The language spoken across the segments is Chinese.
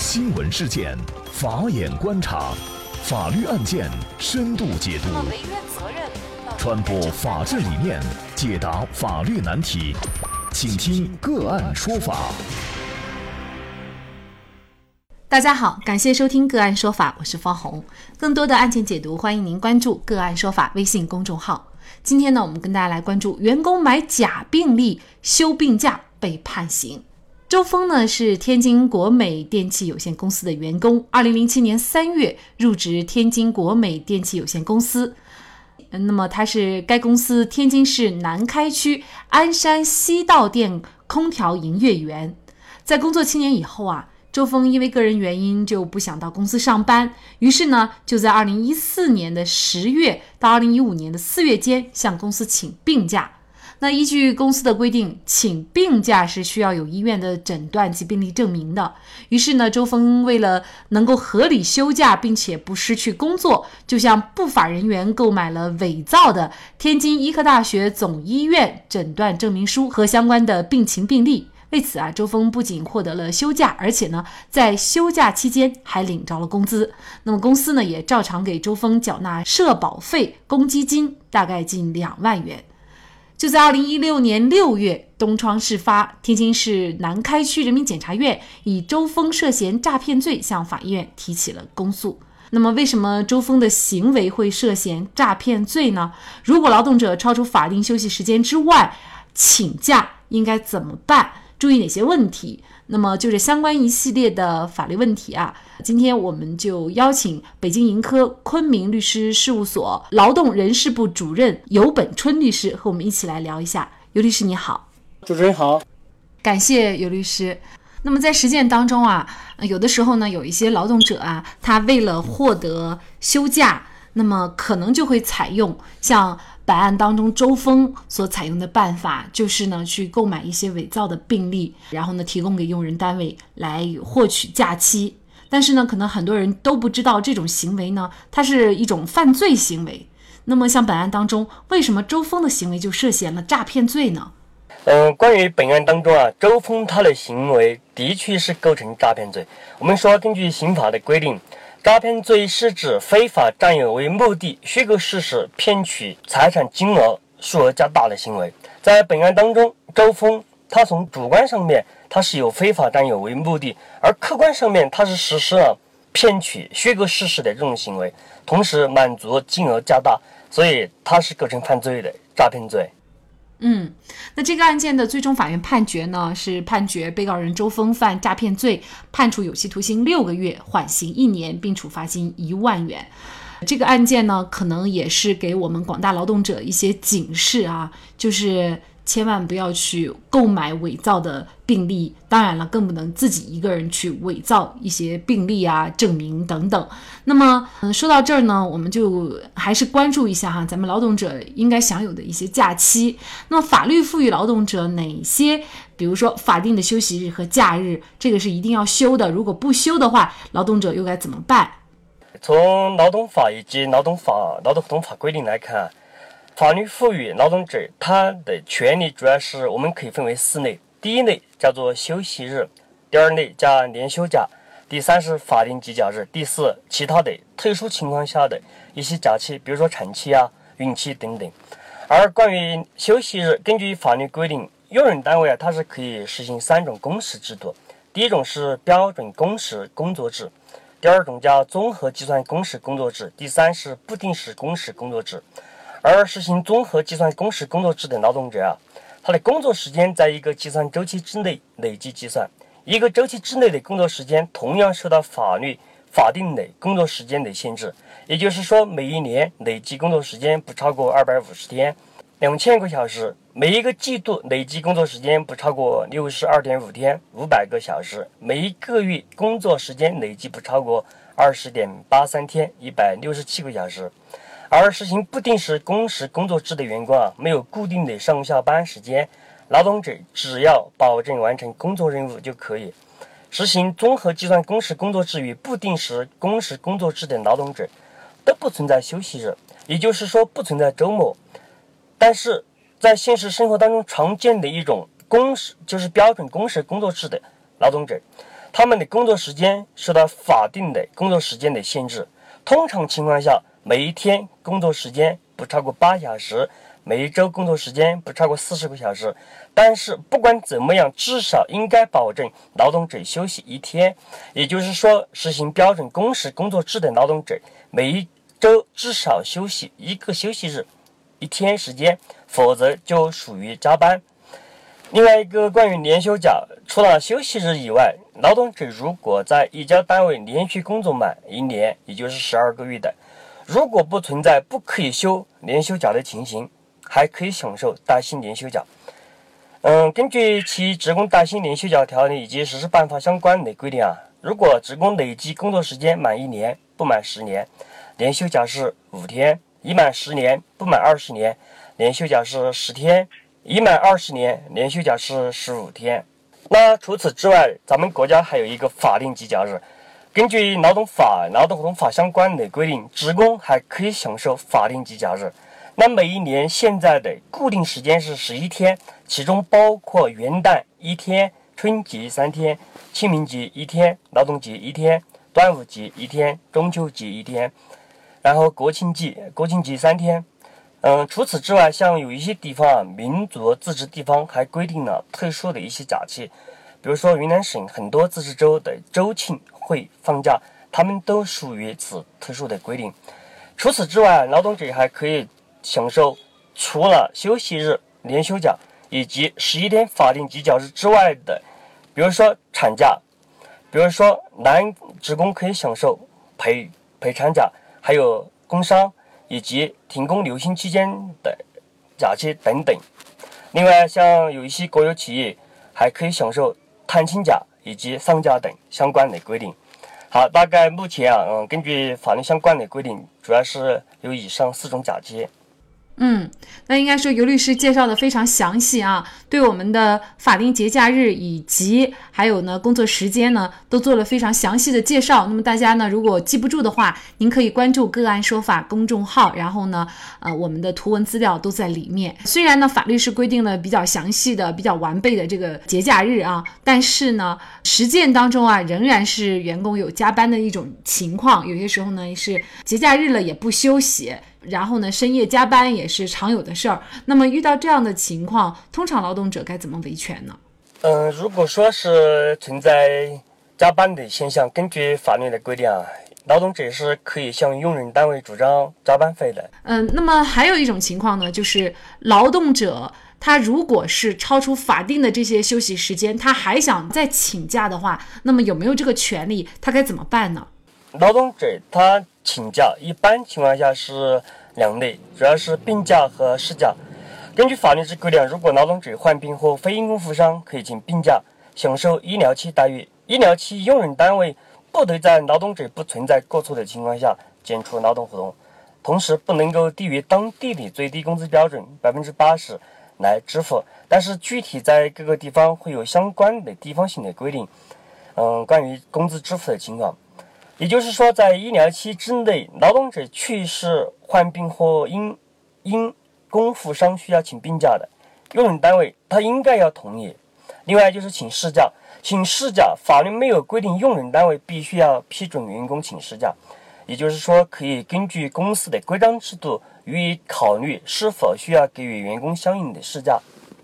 新闻事件，法眼观察，法律案件深度解读，传播法治理念，解答法律难题，请听个案说法。 大家好，感谢收听个案说法，我是方红。更多的案件解读，欢迎您关注个案说法微信公众号。今天呢，我们跟大家来关注员工买假病历休病假被判刑。周峰呢是天津国美电器有限公司的员工，2007年3月入职天津国美电器有限公司。那么他是该公司天津市南开区鞍山西道店空调营业员。在工作7年以后啊，周峰因为个人原因就不想到公司上班，于是呢就在2014年的10月到2015年的4月间向公司请病假。那依据公司的规定，请病假是需要有医院的诊断及病历证明的。于是呢，周峰为了能够合理休假并且不失去工作，就向不法人员购买了伪造的天津医科大学总医院诊断证明书和相关的病情病历。为此啊，周峰不仅获得了休假，而且呢，在休假期间还领着了工资。那么公司呢，也照常给周峰缴纳社保费、公积金，大概近2万元。就在2016年6月，东窗事发，天津市南开区人民检察院以周峰涉嫌诈骗罪向法院提起了公诉。那么为什么周峰的行为会涉嫌诈骗罪呢？如果劳动者超出法定休息时间之外请假，应该怎么办？注意哪些问题？那么就是相关一系列的法律问题啊，今天我们就邀请北京盈科昆明律师事务所劳动人事部主任尤本春律师和我们一起来聊一下。尤律师你好。 主持人好。 感谢尤律师。那么在实践当中啊，有的时候呢，有一些劳动者啊，他为了获得休假，那么可能就会采用像本案当中周峰所采用的办法，就是呢去购买一些伪造的病历，然后呢提供给用人单位来获取假期。但是呢，可能很多人都不知道这种行为呢，它是一种犯罪行为。那么像本案当中，为什么周峰的行为就涉嫌了诈骗罪呢？ 关于本案当中啊，周峰他的行为的确是构成诈骗罪。我们说，根据刑法的规定，诈骗罪是指非法占有为目的，虚构事实骗取财产金额数额较大的行为。在本案当中，周峰他从主观上面他是有非法占有为目的，而客观上面他是实施了骗取虚构事实的这种行为，同时满足金额较大，所以他是构成犯罪的诈骗罪。 那这个案件的最终法院判决呢，是判决被告人周峰犯诈骗罪，判处有期徒刑6个月，缓刑1年，并处罚金1万元。这个案件呢，可能也是给我们广大劳动者一些警示啊，就是千万不要去购买伪造的病历，当然了，更不能自己一个人去伪造一些病历啊、证明等等。那么，说到这儿呢，我们就还是关注一下哈，咱们劳动者应该享有的一些假期。那么，法律赋予劳动者哪些，比如说法定的休息日和假日，这个是一定要休的。如果不休的话，劳动者又该怎么办？ 从劳动法以及劳动合同法规定来看，法律赋予劳动者他的权利主要是我们可以分为4类。第一类叫做休息日，第2类叫年休假，第3是法定节假日，第4其他的特殊情况下的一些假期，比如说产期啊、孕期等等。而关于休息日，根据法律规定，用人单位啊，它是可以实行3种工时制度。第一种是标准工时工作制，第2种叫综合计算工时工作制，第3是不定时工时工作制。而实行综合计算工时工作制的劳动者啊，他的工作时间在一个计算周期之内累计计算，一个周期之内的工作时间同样受到法定的工作时间的限制，也就是说，每一年累计工作时间不超过250天，2000个小时；每一个季度累计工作时间不超过62.5天，500个小时；每一个月工作时间累计不超过20.83天，167个小时。而实行不定时工时工作制的员工啊，没有固定的上下班时间，劳动者只要保证完成工作任务就可以。实行综合计算工时工作制与不定时工时工作制的劳动者都不存在休息日，也就是说不存在周末。但是在现实生活当中常见的一种工时，就是标准工时工作制的劳动者， 他们的工作时间受到法定的工作时间的限制。通常情况下，每一天工作时间不超过8小时，每一周工作时间不超过40个小时。但是不管怎么样，至少应该保证劳动者休息1天，也就是说，实行标准工时工作制的劳动者，每一周至少休息1个休息日1天时间，否则就属于加班。另外一个关于年休假，除了休息日以外，劳动者如果在一家单位连续工作满1年，也就是12个月的，如果不存在不可以休年休假的情形，还可以享受带薪年休假。根据其职工带薪年休假条例以及实施办法相关的规定如果职工累计工作时间满1年，不满10年，年休假是5天；已满10年，不满20年，年休假是10天；已满20年，年休假是15天。那除此之外，咱们国家还有一个法定节假日。根据劳动法、劳动合同法相关的规定，职工还可以享受法定节假日。那每一年现在的固定时间是11天，其中包括元旦1天、春节3天、清明节1天、劳动节1天、端午节1天、中秋节1天，然后国庆节3天。除此之外，像有一些地方民族自治地方还规定了特殊的一些假期，比如说云南省很多自治州的州庆会放假，他们都属于此特殊的规定。除此之外，劳动者还可以享受除了休息日、年休假以及11天法定节假日之外的，比如说产假，比如说男职工可以享受陪产假，还有工伤以及停工留薪期间的假期等等。另外，像有一些国有企业还可以享受探亲假以及丧假等相关的规定。好，大概目前根据法律相关的规定，主要是有以上4种假期。 那应该说尤律师介绍的非常详细对我们的法定节假日以及还有呢工作时间呢都做了非常详细的介绍。那么大家呢如果记不住的话，您可以关注个案说法公众号，然后呢我们的图文资料都在里面。虽然呢法律是规定了比较详细的、比较完备的这个节假日但是呢实践当中仍然是员工有加班的一种情况，有些时候呢是节假日了也不休息，然后呢深夜加班也是常有的事儿。那么遇到这样的情况，通常劳动者该怎么维权呢？ 如果说是存在加班的现象，根据法律的规定劳动者是可以向用人单位主张加班费的。 那么还有一种情况呢，就是劳动者他如果是超出法定的这些休息时间，他还想再请假的话，那么有没有这个权利？他该怎么办呢？ 劳动者他请假一般情况下是2类，主要是病假和事假。根据法律之规定，如果劳动者患病或非因公负伤，可以请病假，享受医疗期待遇。医疗期用人单位不得在劳动者不存在过错的情况下解除劳动合同，同时不能够低于当地的最低工资标准80%来支付。但是具体在各个地方会有相关的地方性的规定，关于工资支付的情况。也就是说，在医疗期之内，劳动者去世、患病或因公负伤需要请病假的，用人单位他应该要同意。另外就是请事假，法律没有规定用人单位必须要批准员工请事假，也就是说可以根据公司的规章制度予以考虑是否需要给予员工相应的事假。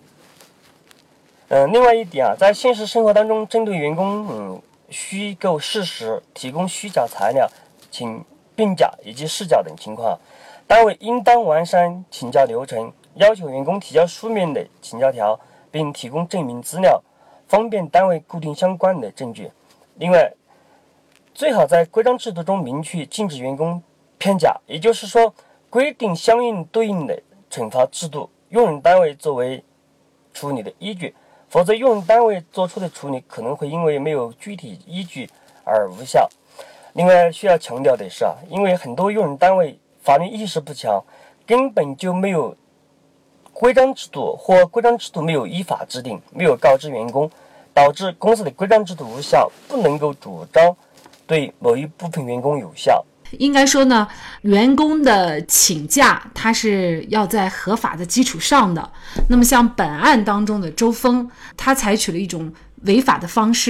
另外一点在现实生活当中，针对员工虚构事实、提供虚假材料、请病假以及事假等情况，单位应当完善请假流程，要求员工提交书面的请假条，并提供证明资料，方便单位固定相关的证据。另外，最好在规章制度中明确禁止员工偏假，也就是说，规定相应对应的惩罚制度，用人单位作为处理的依据。否则用人单位做出的处理可能会因为没有具体依据而无效。另外需要强调的是因为很多用人单位法律意识不强，根本就没有规章制度，或规章制度没有依法制定，没有告知员工，导致公司的规章制度无效，不能够主张对某一部分员工有效。 应该说呢，员工的请假它是要在合法的基础上的。那么像本案当中的周峰，他采取了一种违法的方式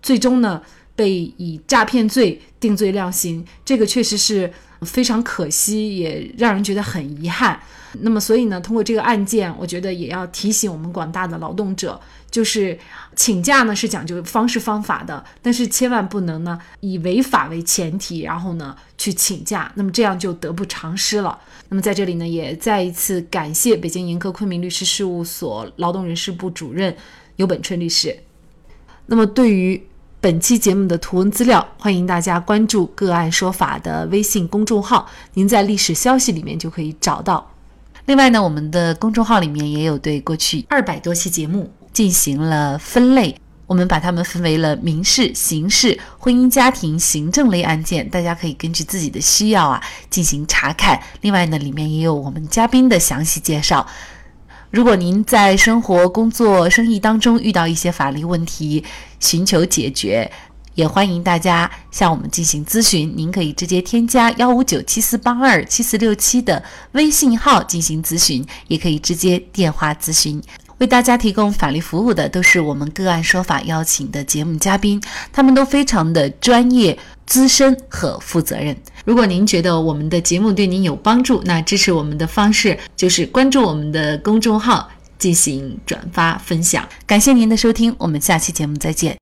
最终呢被以诈骗罪定罪量刑，这个确实是非常可惜，也让人觉得很遗憾。那么所以呢，通过这个案件，我觉得也要提醒我们广大的劳动者，就是请假呢是讲究方式方法的，但是千万不能呢以违法为前提，然后呢去请假，那么这样就得不偿失了。那么在这里呢，也再一次感谢北京盈科昆明律师事务所劳动人事部主任尤本春律师。那么对于本期节目的图文资料，欢迎大家关注个案说法的微信公众号，您在历史消息里面就可以找到。另外呢，我们的公众号里面也有对过去200多期节目进行了分类，我们把它们分为了民事、刑事、婚姻家庭、行政类案件，大家可以根据自己的需要进行查看。另外呢，里面也有我们嘉宾的详细介绍。如果您在生活、工作、生意当中遇到一些法律问题，寻求解决，也欢迎大家向我们进行咨询。您可以直接添加15974827467的微信号进行咨询，也可以直接电话咨询。为大家提供法律服务的都是我们个案说法邀请的节目嘉宾，他们都非常的专业、资深和负责任。如果您觉得我们的节目对您有帮助，那支持我们的方式就是关注我们的公众号进行转发分享。感谢您的收听，我们下期节目再见。